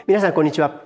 皆さんこんにちは。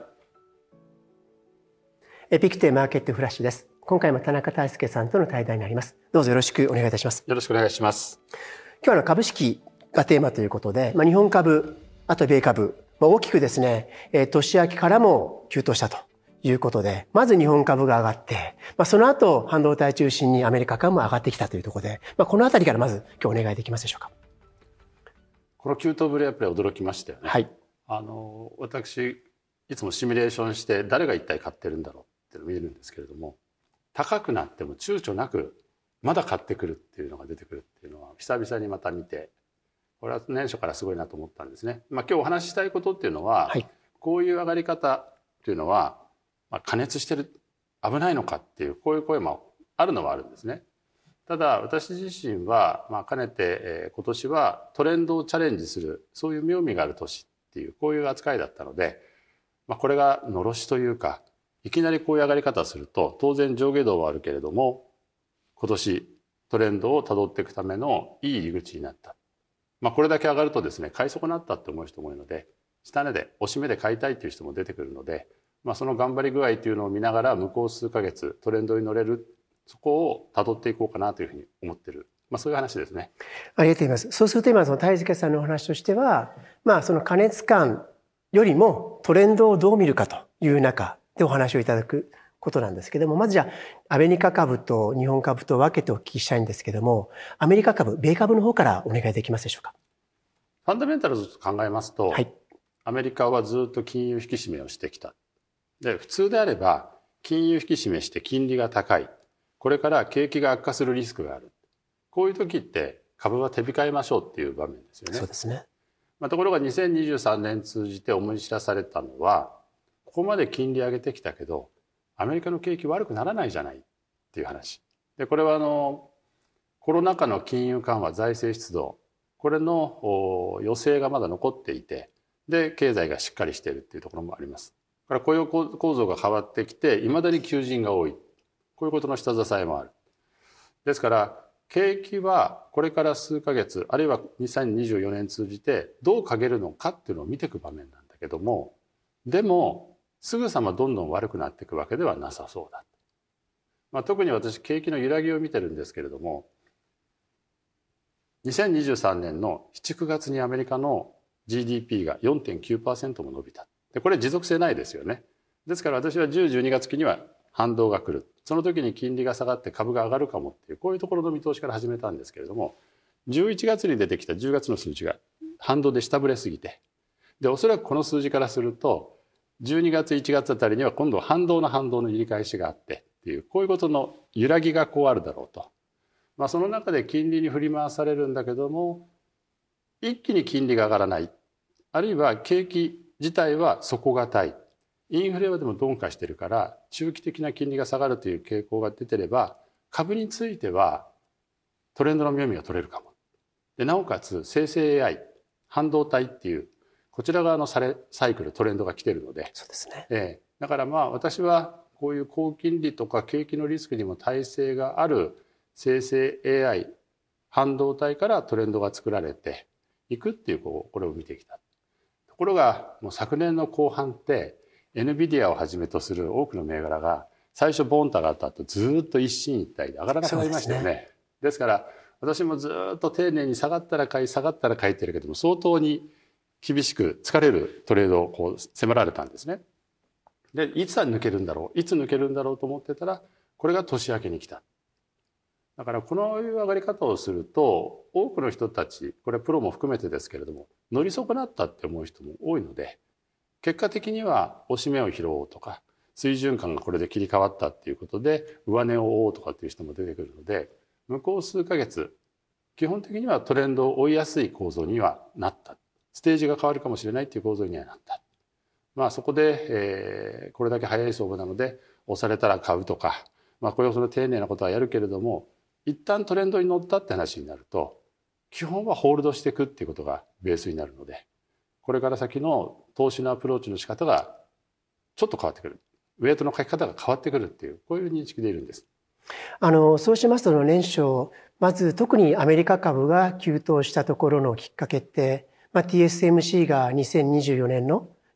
エピクテマーケットフラッシュです。今回も田中泰介さんとの対談になります。どうぞよろしくお願いいたします。 よろしくお願いします。 今日は株式がテーマということで、日本株、あと米株、大きくですね、年明けからも急騰したということで、まず日本株が上がって、その後半導体中心にアメリカ株も上がってきたというところで、このあたりからまず今日お願いできますでしょうか。 この急騰ぶりはやっぱり驚きましたよね。 はい。 私いつもシミュレーションして誰が一体買ってるんだろうっていうのを見るんですけれども、高くなっても躊躇なくまだ買ってくるっていうのが出てくるっていうのは久々にまた見て、これは年初からすごいなと思ったんですね。今日お話ししたいことっていうのは、 はい、 こういう上がり方っていうのは、過熱してる、危ないのかっていうこういう声もあるのはあるんですね。ただ私自身は、かねて、今年はトレンドをチャレンジする、そういう妙味がある年っていうこういう扱いだったので、これがのろしというか、いきなりこういう上がり方をすると当然上下動はあるけれども、今年トレンドをたどっていくためのいい入り口になった。これだけ上がるとですね、買い損なったって思う人も多いので、下値で押し目で買いたいという人も出てくるので、その頑張り具合というのを見ながら向こう数ヶ月トレンドに乗れる、そこをたどっていこうかなというふうに思っている、そういう話ですね。 ありがとうございます。そうすると今その泰介さんのお話としては、その過熱感よりもトレンドをどう見るかという中でお話をいただくことなんですけども、まずじゃあアメリカ株と日本株と分けてお聞きしたいんですけども、アメリカ株、米株の方からお願いできますでしょうか。 ファンダメンタルズと考えますと、 はい、 アメリカはずっと金融引き締めをしてきた。で、普通であれば金融引き締めして金利が高い、これから景気が悪化するリスクがある、こういう時って株は手控えましょうっていう場面ですよね。 そうですね。 ところが2023年通じて思い知らされたのは、ここまで金利上げてきたけどアメリカの景気悪くならないじゃないっていう話で、これはコロナ禍の金融緩和、財政出動、これの余勢がまだ残っていて、で経済がしっかりしているっていうところもあります。だから雇用構造が変わってきて、いまだに求人が多い、こういうことの下支えもある。ですから景気はこれから数ヶ月、あるいは2024年通じてどう陰るのかっていうのを見ていく場面なんだけども、でもすぐさまどんどん悪くなっていくわけではなさそうだ。特に私景気の揺らぎを見てるんですけれども、2023年の7、9月にアメリカの GDP が 4.9% も伸びた。でこれ持続性ないですよね。ですから私は10、12月期には反動が来る、その時に金利が下がって株が上がるかもっていう、こういうところの見通しから始めたんですけれども、11月に出てきた10月の数字が反動で下振れすぎて、でおそらくこの数字からすると12月1月あたりには今度は反動の入り返しがあってっていう、こういうことの揺らぎがあるだろうと。その中で金利に振り回されるんだけども、一気に金利が上がらない、あるいは景気自体は底堅い、インフレはでも鈍化してるから中期的な金利が下がるという傾向が出てれば、株についてはトレンドの妙味が取れるかも。でなおかつ生成 AI、 半導体っていうこちら側のサイクル、トレンドが来てるので、 そうですね。 だから私はこういう高金利とか景気のリスクにも耐性がある生成 AI、 半導体からトレンドが作られていくっていう、これを見てきた。ところがもう昨年の後半ってNVIDIA をはじめとする多くの銘柄が最初ボンと上がった後ずっと一進一退で上がらなくなりましたよね。ですから私もずっと丁寧に下がったら買い、下がったら買いってるけども、相当に厳しく疲れるトレードを迫られたんですね。でいつ抜けるんだろう、いつ抜けるんだろうと思ってたら、これが年明けに来た。だからこのいう上がり方をすると多くの人たち、これプロも含めてですけれども、乗り損なったって思う人も多いので、結果的には押し目を拾おうとか、水準感がこれで切り替わったっていうことで上値を追おうとかっていう人も出てくるので、向こう数ヶ月基本的にはトレンドを追いやすい構造にはなった。ステージが変わるかもしれないっていう構造にはなった。そこで、これだけ早い相場なので押されたら買うとか、これをその丁寧なことはやるけれども、一旦トレンドに乗ったって話になると基本はホールドしていくっていうことがベースになるので、これから先の投資のアプローチの仕方がちょっと変わってくる、ウェイトの書き方が変わってくるっていう、こういう認識でいるんです。 そうしますと年初、まず特にアメリカ株が急騰したところのきっかけって、TSMC が2024年の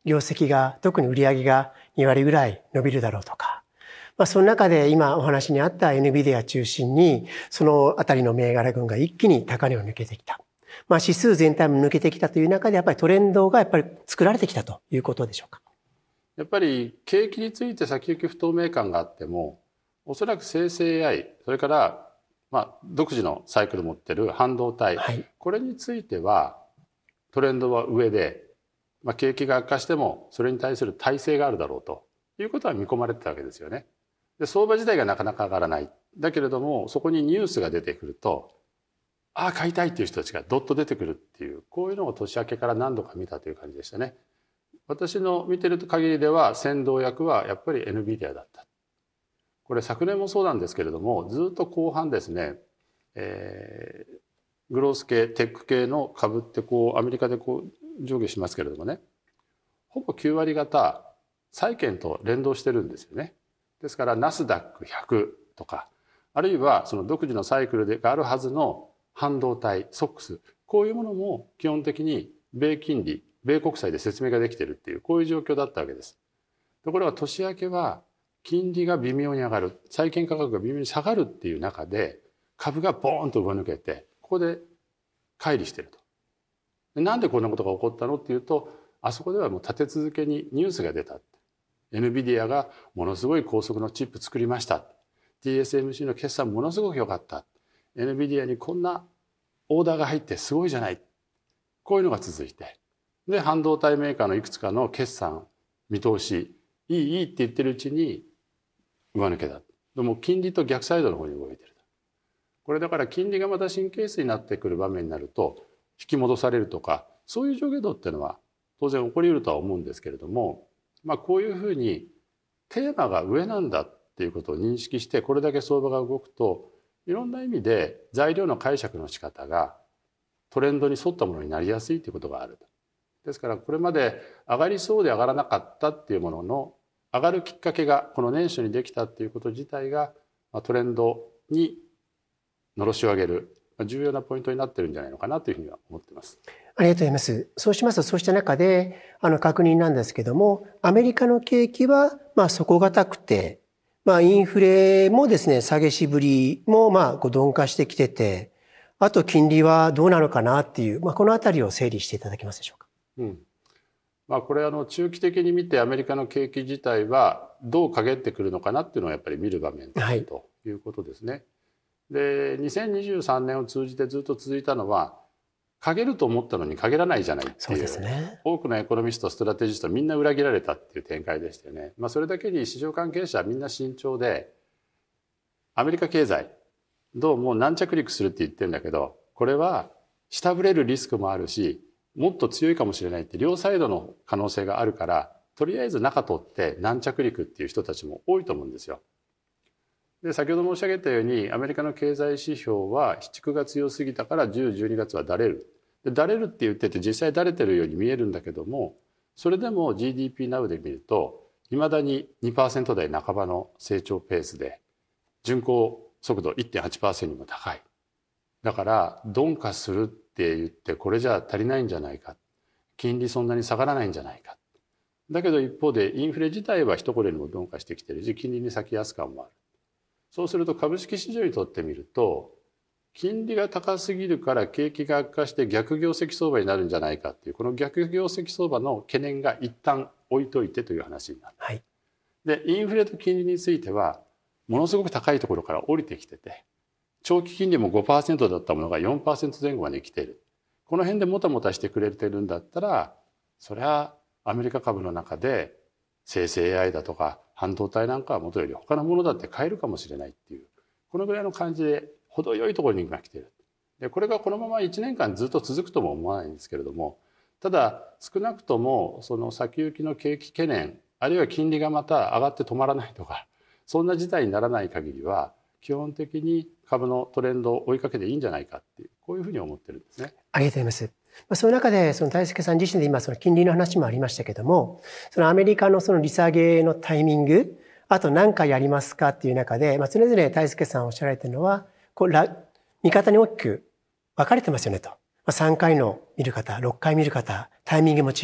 業績が、特に売上が2割ぐらい伸びるだろうとか、その中で今お話にあった NVIDIA 中心に、そのあたりの銘柄群が一気に高値を抜けてきた。指数全体も抜けてきたという中で、やっぱりトレンドがやっぱり作られてきたということでしょうか。 やっぱり景気について先行き不透明感があっても、おそらく生成 AI、それから独自のサイクルを持っている半導体、 はい、これについてはトレンドは上で、景気が悪化してもそれに対する耐性があるだろうということは見込まれてたわけですよね。で、相場自体がなかなか上がらない。だけれども、そこにニュースが出てくると、ああ、買いたいっていう人たちがどっと出てくるっていう、こういうのを年明けから何度か見たという感じでしたね。私の見てる限りでは、先導役はやっぱり NVIDIA だった。これ昨年もそうなんですけれども、ずっと後半ですね、グロース系、テック系の株ってアメリカで上下しますけれどもね、ほぼ9割方、債券と連動してるんですよね。ですから、ナスダック100とか、あるいはその独自のサイクルがあるはずの半導体、ソックス、こういうものも基本的に米金利、米国債で説明ができているっていう、こういう状況だったわけです。ところが年明けは、金利が微妙に上がる、債券価格が微妙に下がるっていう中で、株がボーンと上抜けて、ここで乖離していると。で、なんでこんなことが起こったのっていうと、あそこではもう立て続けにニュースが出た。NVIDIA がものすごい高速のチップ作りました。TSMC の決算ものすごく良かった。NVIDIA にこんなオーダーが入ってすごいじゃない。こういうのが続いて。で、半導体メーカーのいくつかの決算、見通し、いいって言ってるうちに上抜けだ。でも金利と逆サイドの方に動いてる。これだから金利がまた神経質になってくる場面になると、引き戻されるとか、そういう上下動っていうのは当然起こり得るとは思うんですけれども、こういうふうにテーマが上なんだっていうことを認識して、これだけ相場が動くと、いろんな意味で材料の解釈の仕方がトレンドに沿ったものになりやすいということがある。ですからこれまで上がりそうで上がらなかったっていうものの上がるきっかけがこの年初にできたっていうこと自体がトレンドにのろしを上げる重要なポイントになってるんじゃないのかなというふうには思っています。 ありがとうございます。そうしますと、そうした中で確認なんですけども、アメリカの景気は底堅くて、インフレもですね、下げしぶりも鈍化してきてて、あと金利はどうなのかなっていう、このあたりを整理していただけますでしょうか。 これ中期的に見てアメリカの景気自体はどう陰ってくるのかなっていうのをやっぱり見る場面だということですね。で、2023年を通じてずっと続いたのは、陰ると思ったのに陰らないじゃないっていう、多くのエコノミスト、ストラテジストみんな裏切られたっていう展開でしたよね。それだけに市場関係者はみんな慎重で、アメリカ経済どうも軟着陸するって言ってるんだけど、これは下振れるリスクもあるし、もっと強いかもしれないって両サイドの可能性があるから、とりあえず中取って軟着陸っていう人たちも多いと思うんですよ。で、先ほど申し上げたようにアメリカの経済指標は7、9が強すぎたから10、12月はだれる。で、だれるって言ってて実際だれてるように見えるんだけども、それでも GDP ナウで見るといまだに 2% 台半ばの成長ペースで巡航速度 1.8% にも高い。だから鈍化するって言ってこれじゃ足りないんじゃないか。金利そんなに下がらないんじゃないか。だけど一方でインフレ自体は一頃にも鈍化してきてるし、金利に先安感もある。そうすると株式市場にとってみると、金利が高すぎるから景気が悪化して逆業績相場になるんじゃないかっていう、この逆業績相場の懸念が一旦置いといてという話になる。で、インフレと金利については、ものすごく高いところから降りてきてて、長期金利も 5% だったものが 4% 前後まで来ている。この辺でもたもたしてくれてるんだったら、そりゃアメリカ株の中で生成 AI だとか半導体なんかは元より他のものだって買えるかもしれないっていう、このぐらいの感じで程よいところに今来ている。で、これがこのまま1年間ずっと続くとも思わないんですけれども、ただ少なくともその先行きの景気懸念、あるいは金利がまた上がって止まらないとか、そんな事態にならない限りは基本的に株のトレンドを追いかけていいんじゃないかっていう、こういうふうに思ってるんですね。 ありがとうございます。その中で大輔さん自身で今その金利の話もありましたけども、そのアメリカのその利下げのタイミング、あと何回やりますかっていう中で、それぞれ大輔さんおっしゃられているのは、見方に大きく分かれてますよねと。3回の見る方、6回見る方、タイミングも違う。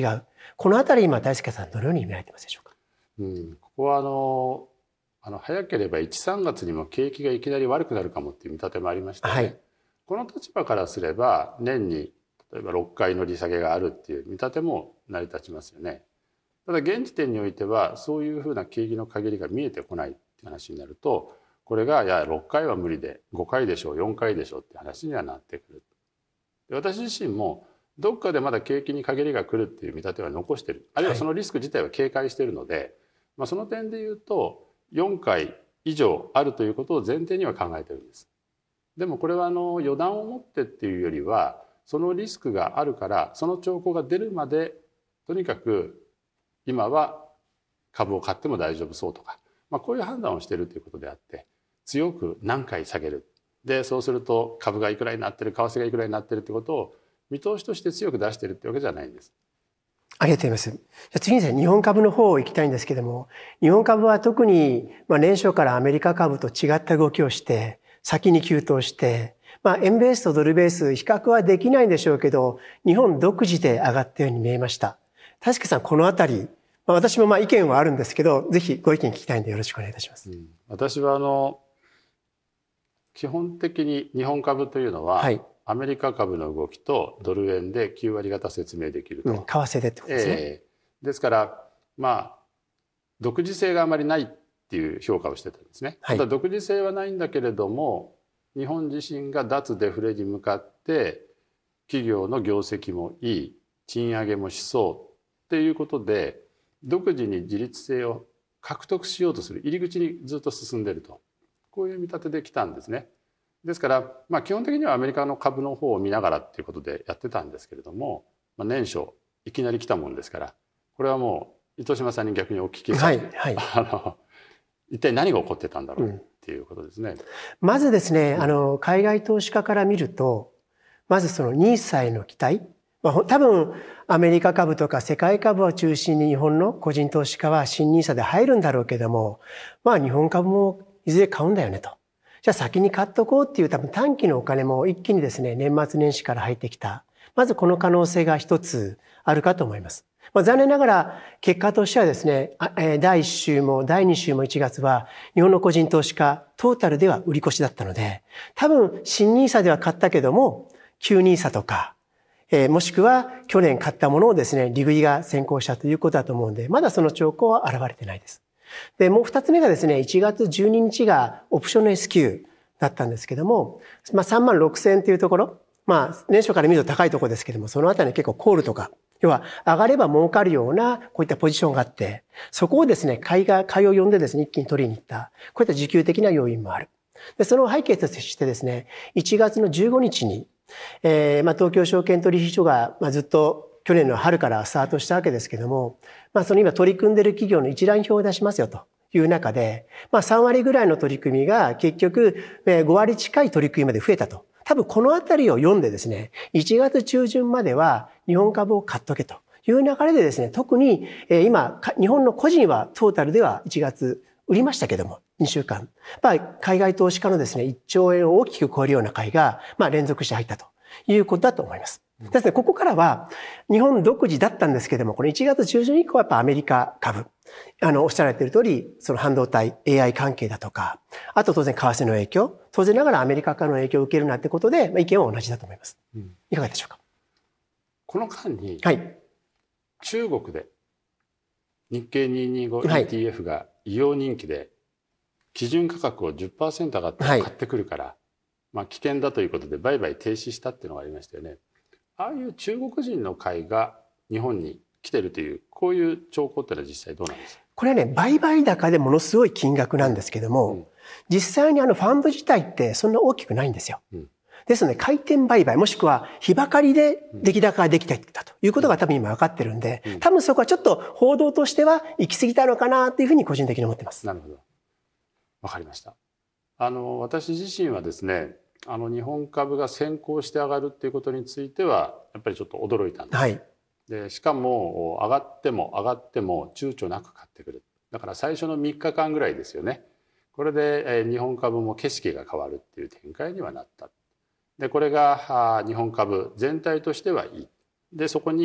このあたり今大輔さんどのように見られてますでしょうか。 ここは早ければ1、3月にも景気がいきなり悪くなるかもっていう見立てもありましたね。はい、この立場からすれば年に例えば6回の利下げがあるっていう見立ても成り立ちますよね。ただ現時点においてはそういうふうな景気の陰りが見えてこないっていう話になると、これがいや6回は無理で5回でしょう4回でしょうって話にはなってくる。で私自身もどっかでまだ景気に陰りが来るっていう見立ては残してる、あるいはそのリスク自体は警戒しているので、その点で言うと4回以上あるということを前提には考えてるんです。でもこれは予断を持ってっていうよりは、そのリスクがあるからその兆候が出るまでとにかく今は株を買っても大丈夫そうとか、こういう判断をしているということであって、強く何回下げる、でそうすると株がいくらになってる、為替がいくらになってるってことを見通しとして強く出してるってわけじゃないんです。 ありがとうございます。じゃあ次にですね、日本株の方を行きたいんですけども、日本株は特に年初からアメリカ株と違った動きをして先に急騰して、円ベースとドルベース比較はできないんでしょうけど、日本独自で上がったように見えました。大輔さん、このあたり、私も意見はあるんですけど、ぜひご意見聞きたいんでよろしくお願いいたします。 私は基本的に日本株というのは、はい、アメリカ株の動きとドル円で9割方説明できると。 為替でってことですね。 ですから独自性があまりないっていう評価をしてたんですね。はい、ただ独自性はないんだけれども、日本自身が脱デフレに向かって企業の業績もいい、賃上げもしそうっていうことで独自に自立性を獲得しようとする入り口にずっと進んでいると、こういう見立てできたんですね。ですから基本的にはアメリカの株の方を見ながらっていうことでやってたんですけれども、年初いきなり来たもんですから、これはもう糸島さんに逆にお聞きして、はいはい、一体何が起こってたんだろうっていうことですね。 まずですね、海外投資家から見ると、まずそのNISAへの期待、多分アメリカ株とか世界株を中心に日本の個人投資家は新NISAで入るんだろうけども、日本株もいずれ買うんだよねと。じゃあ先に買っとこうっていう多分短期のお金も一気にですね、年末年始から入ってきた。まずこの可能性が一つあるかと思います。残念ながら結果としてはですね、第1週も第2週も1月は日本の個人投資家トータルでは売り越しだったので、多分新NISAでは買ったけども、旧NISAとか、もしくは去年買ったものをですね、利食いが先行したということだと思うんで、まだその兆候は現れてないです。で、もう2つ目がですね、1月12日がオプションの S q だったんですけども、36,000というところ、年初から見ると高いところですけども、そのあたりに結構コールとか、要は上がれば儲かるようなこういったポジションがあって、そこをですね、買いを呼んでですね、一気に取りに行った、こういった需給的な要因もある。で、その背景としてですね、1月の15日に、東京証券取引所がずっと去年の春からスタートしたわけですけども、その今取り組んでいる企業の一覧表を出しますよという中で、3割ぐらいの取り組みが結局5割近い取り組みまで増えたと。多分このあたりを読んでですね、1月中旬までは日本株を買っとけという流れでですね、特に今日本の個人はトータルでは1月売りましたけども、2週間。海外投資家のですね、1兆円を大きく超えるような買いが連続して入ったということだと思います。ですね、ここからは日本独自だったんですけども、この1月中旬以降はやっぱアメリカ株。おっしゃられている通り、その半導体、AI 関係だとか、あと当然為替の影響、当然ながらアメリカからの影響を受けるなってことで、意見は同じだと思います。いかがでしょうか。 この間に、 はい、 中国で日経 225ETF が異様人気で、基準価格を 10% 上がって買ってくるから、危険だということで売買停止したっていうのがありましたよね。ああいう中国人の買いが日本に来てるという、こういう兆候ってのは実際どうなんですか。 これはね、売買高でものすごい金額なんですけども、実際にファンド自体ってそんな大きくないんですよ。ですので、回転売買もしくは日ばかりで出来高ができてきたということが多分今分かってるんで、多分そこはちょっと報道としては行き過ぎたのかなというふうに個人的に思ってます。 なるほど。わかりました。私自身はですね、日本株が先行して上がるっていうことについてはやっぱりちょっと驚いたんです。はい、でしかも上がっても躊躇なく買ってくる。だから最初の3日間ぐらいですよね。これで日本株も景色が変わるっていう展開にはなった。でこれが日本株全体としてはいい。でそこに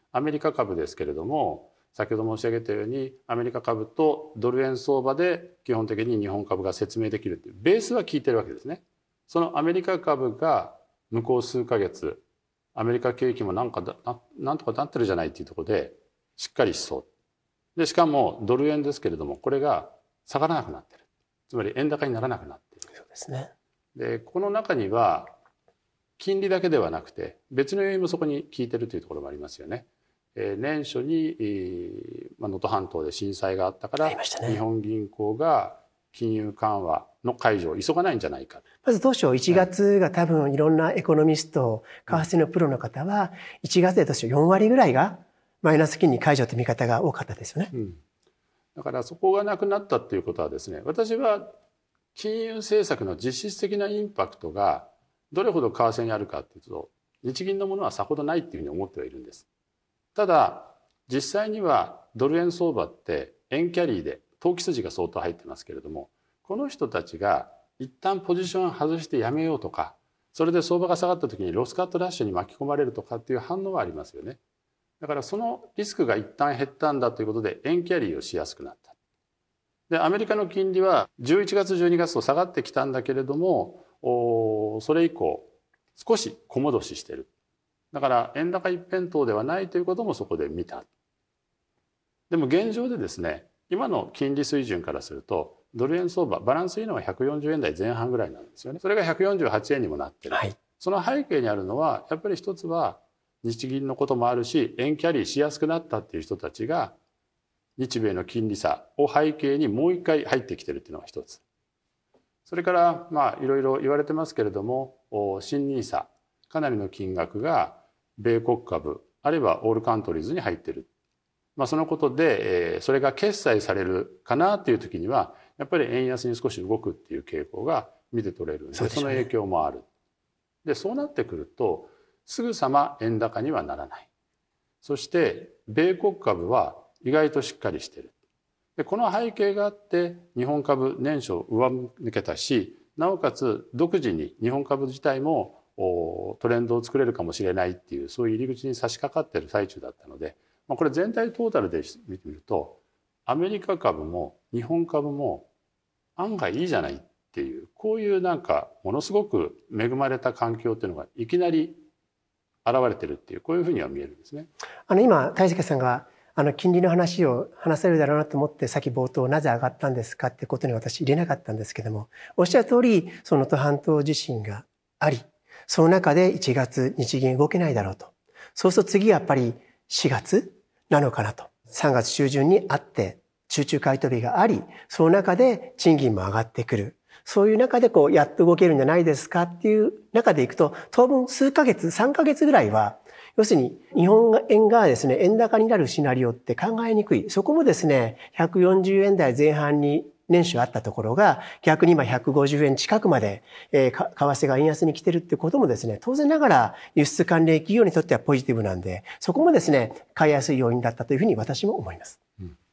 アメリカ株ですけれども、先ほど申し上げたようにアメリカ株とドル円相場で基本的に日本株が説明できるっていうベースは効いてるわけですね。そのアメリカ株が向こう数ヶ月、アメリカ景気もなんとかなってるじゃないっていうところでしっかりしそう。で、しかもドル円ですけれども、これが下がらなくなってる。つまり円高にならなくなっている。 そうですね。 で、この中には金利だけではなくて別の要因もそこに効いてるというところもありますよね。年初に能登半島で震災があったから、日本銀行が金融緩和の解除を急がないんじゃないか。 まず当初1月が多分いろんなエコノミスト、為替のプロの方は1月で当初4割ぐらいがマイナス金利解除という見方が多かったですよね。 だからそこがなくなったっていうことはですね、私は金融政策の実質的なインパクトがどれほど為替にあるかっていうと、日銀のものはさほどないっていうふうに思ってはいるんです。ただ実際にはドル円相場って円キャリーで投機筋が相当入ってますけれども、この人たちが一旦ポジション外してやめようとか、それで相場が下がった時にロスカットラッシュに巻き込まれるとかっていう反応はありますよね。だからそのリスクが一旦減ったんだということで円キャリーをしやすくなった。で、アメリカの金利は11月12月と下がってきたんだけれども、それ以降少し小戻ししてる。だから円高一辺倒ではないということもそこで見た。でも現状でですね、今の金利水準からするとドル円相場バランスいいのは140円台前半ぐらいなんですよね。それが148円にもなってる。その背景にあるのはやっぱり一つは日銀のこともあるし、円キャリーしやすくなったっていう人たちが日米の金利差を背景にもう一回入ってきてるっていうのが一つ。それからいろいろ言われてますけれども、新NISAかなりの金額が米国株あるいはオールカントリーズに入ってる。そのことでそれが決済されるかなっていう時にはやっぱり円安に少し動くっていう傾向が見て取れるので、その影響もある。で、そうなってくるとすぐさま円高にはならない。そして米国株は意外としっかりしてる。で、この背景があって日本株年初上抜けたし、なおかつ独自に日本株自体もトレンドを作れるかもしれないっていう、そういう入り口に差し掛かっている最中だったので、これ全体トータルで見てみるとアメリカ株も日本株も案外いいじゃないっていう、こういうなんかものすごく恵まれた環境っていうのがいきなり現れてるっていう、こういうふうには見えるんですね。 今泰輔さんが金利の話を話せるだろうなと思って、さっき冒頭なぜ上がったんですかってことに私入れなかったんですけども、おっしゃる通りその能登半島地震があり、その中で1月日銀動けないだろうと。そうすると次はやっぱり4月なのかなと。3月中旬にあって集中回答日があり、その中で賃金も上がってくる。そういう中でやっと動けるんじゃないですかっていう中でいくと、当分数ヶ月、3ヶ月ぐらいは、要するに日本円がですね、円高になるシナリオって考えにくい。そこもですね、140円台前半に年初あったところが、逆に今150円近くまで、為替が円安に来てるってこともですね、当然ながら輸出関連企業にとってはポジティブなんで、そこもですね、買いやすい要因だったというふうに私も思います。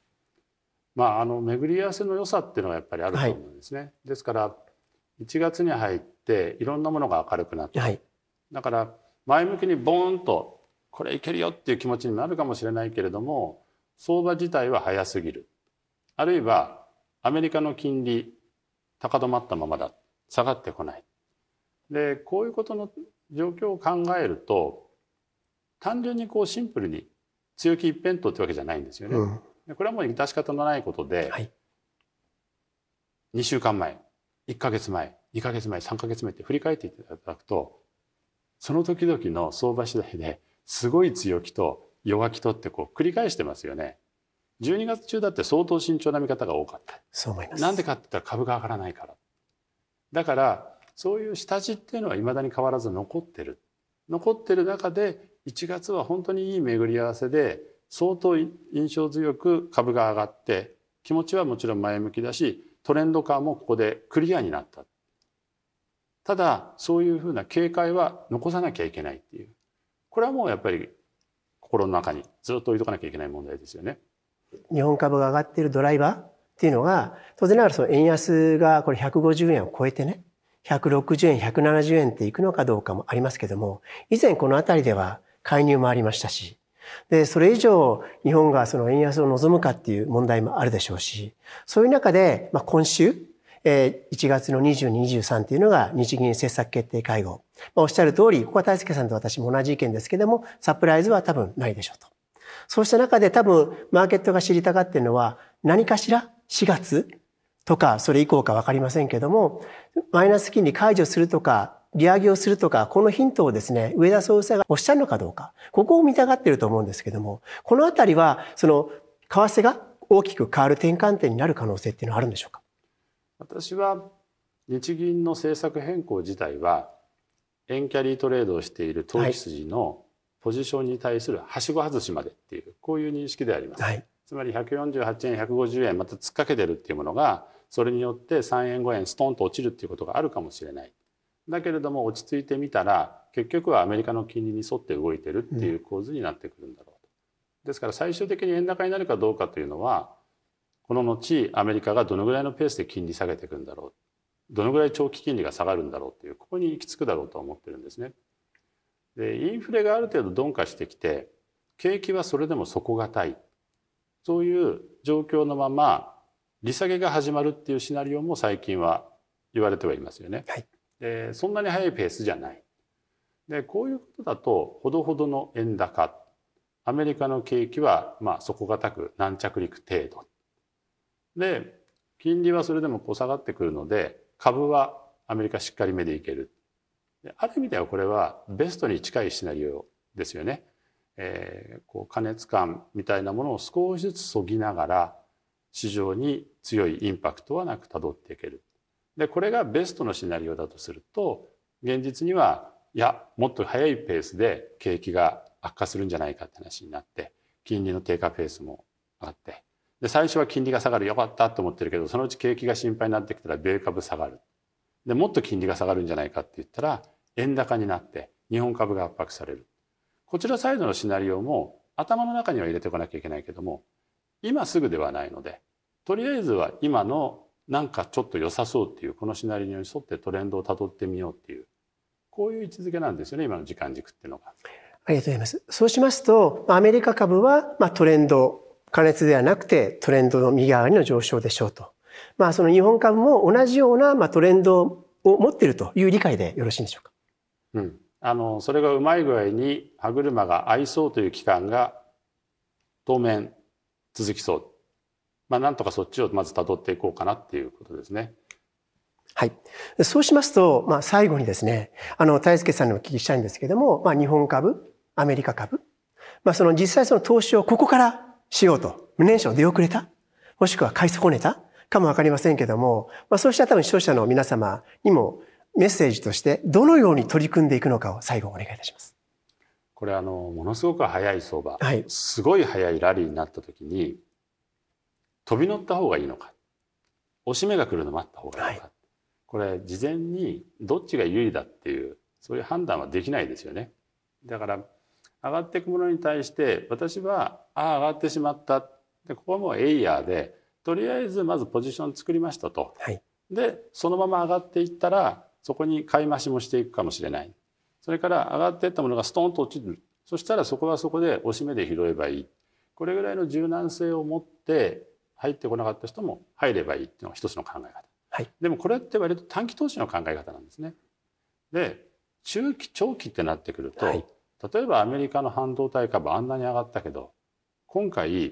巡り合わせの良さっていうのはやっぱりあると思うんですね。ですから1月に入っていろんなものが明るくなって、だから前向きにボーンとこれいけるよっていう気持ちになるかもしれないけれども、相場自体は早すぎる。あるいはアメリカの金利高止まったままだ、下がってこない。で、こういうことの状況を考えると、単純にシンプルに強気一辺倒ってわけじゃないんですよね。これはもう致し方のないことで、2週間前、1ヶ月前、2ヶ月前、3ヶ月前って振り返っていただくと、その時々の相場次第ですごい強気と弱気とって繰り返してますよね。12月中だって相当慎重な見方が多かった。 そう思います。 なんでかって言ったら株が上がらないから。だからそういう下地っていうのは未だに変わらず残ってる。残ってる中で1月は本当にいい巡り合わせで、相当印象強く株が上がって、気持ちはもちろん前向きだし、トレンド感もここでクリアになった。ただそういうふうな警戒は残さなきゃいけないっていう、これはもうやっぱり心の中にずっと置いとかなきゃいけない問題ですよね。 日本株が上がっているドライバーっていうのが、当然ながらその円安がこれ150円を超えてね、160円、170円っていくのかどうかもありますけども、以前このあたりでは介入もありましたし、 で、それ以上日本がその円安を望むかっていう問題もあるでしょうし、そういう中で、今週、1月の22、23っていうのが日銀政策決定会合。おっしゃる通り、ここは大輔さんと私も同じ意見ですけども、サプライズは多分ないでしょうと。そうした中で多分マーケットが知りたがっているのは何かしら4月とかそれ以降か分かりませんけども、マイナス金利解除するとか利上げをするとか、このヒントをですね、植田総裁がおっしゃるのかどうか、ここを見たがっていると思うんですけども、このあたりはその為替が大きく変わる転換点になる可能性っていうのはあるんでしょうか。 私は日銀の政策変更自体は円キャリートレードをしている投機筋のポジションに対するはしご外しまでっていう、こういう認識であります。はい、つまり148円150円また突っかけてるっていうものが、それによって3円5円ストンと落ちるっていうことがあるかもしれない。だけれども落ち着いてみたら結局はアメリカの金利に沿って動いてるっていう構図になってくるんだろうと。ですから最終的に円高になるかどうかというのは、この後アメリカがどのぐらいのペースで金利下げていくんだろう、どのぐらい長期金利が下がるんだろうっていう、ここに行き着くだろうと思ってるんですね。で、インフレがある程度鈍化してきて景気はそれでも底堅い、そういう状況のまま利下げが始まるっていうシナリオも最近は言われてはいますよね。はい、でそんなに速いペースじゃない。でこういうことだとほどほどの円高、アメリカの景気は底堅く軟着陸程度で、金利はそれでも下がってくるので株はアメリカしっかりめでいける。ある意味ではこれはベストに近いシナリオですよね。過熱感みたいなものを少しずつそぎながら市場に強いインパクトはなくたどっていける。でこれがベストのシナリオだとすると、現実にはいやもっと速いペースで景気が悪化するんじゃないかって話になって、金利の低下ペースも上がって、で最初は金利が下がる、よかったと思ってるけど、そのうち景気が心配になってきたら米株下がる。でもっと金利が下がるんじゃないかって言ったら円高になって日本株が圧迫される。こちらサイドのシナリオも頭の中には入れておかなきゃいけないけども、今すぐではないので、とりあえずは今のなんかちょっと良さそうっていうこのシナリオに沿ってトレンドをたどってみようっていう、こういう位置づけなんですよね、今の時間軸っていうのが。 ありがとうございます。そうしますと、アメリカ株はトレンド、過熱ではなくてトレンドの右上がりの上昇でしょうと。その日本株も同じようなトレンドを持っているという理解でよろしいんでしょうか。 それがうまい具合に歯車が合いそうという期間が当面続きそう。なんとかそっちをまず辿っていこうかなっていうことですね。 はい。そうしますと、最後にですね、大輔さんにお聞きしたいんですけども、日本株、アメリカ株、その実際その投資をここからしようと、年初出遅れた、もしくは買い損ねたかもわかりませんけども、そうした多分視聴者の皆様にもメッセージとしてどのように取り組んでいくのかを最後お願いいたします。 これものすごく速い相場、 はい、 すごい速いラリーになった時に飛び乗った方がいいのか、押し目が来るのを待った方がいいのか、これ事前にどっちが有利だっていうそういう判断はできないですよね。だから上がっていくものに対して私は上がってしまった、でここはもうエイヤーでとりあえずまずポジション作りましたと、 はい、 でそのまま上がっていったらそこに買い増しもしていくかもしれない。それから上がっていったものがストーンと落ちる。そしたらそこはそこで押し目で拾えばいい。これぐらいの柔軟性を持って入ってこなかった人も入ればいいっていうのが一つの考え方。 はい、 でもこれって割と短期投資の考え方なんですね。で、中期長期ってなってくると、はい、例えばアメリカの半導体株あんなに上がったけど、今回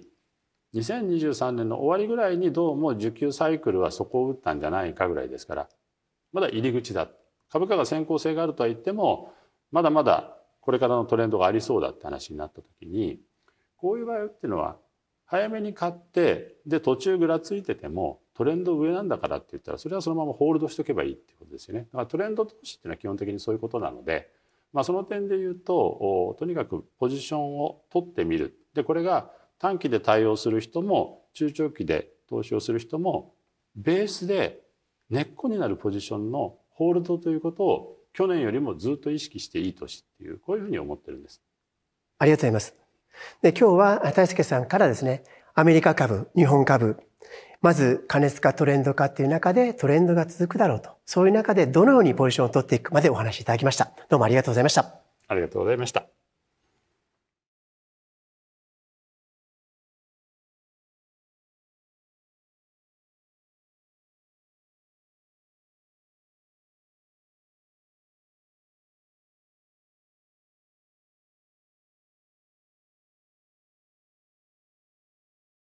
2023年の終わりぐらいにどうも需給サイクルは底を打ったんじゃないかぐらいですから、まだ入り口だ。株価が先行性があるとは言っても、まだまだこれからのトレンドがありそうだって話になった時に、こういう場合っていうのは早めに買って、で途中ぐらついててもトレンド上なんだからって言ったら、それはそのままホールドしとけばいいっていうことですよね。だからトレンド投資っていうのは基本的にそういうことなので、その点で言うと、とにかくポジションを取ってみる。でこれが短期で対応する人も中長期で投資をする人もベースで根っこになるポジションのホールドということを去年よりもずっと意識していい年っていう、こういうふうに思ってるんです。 ありがとうございます。で今日は大輔さんからですね、アメリカ株、日本株、まず過熱化トレンド化っていう中でトレンドが続くだろうと、そういう中でどのようにポジションを取っていくまでお話しいただきました。どうもありがとうございました。 ありがとうございました。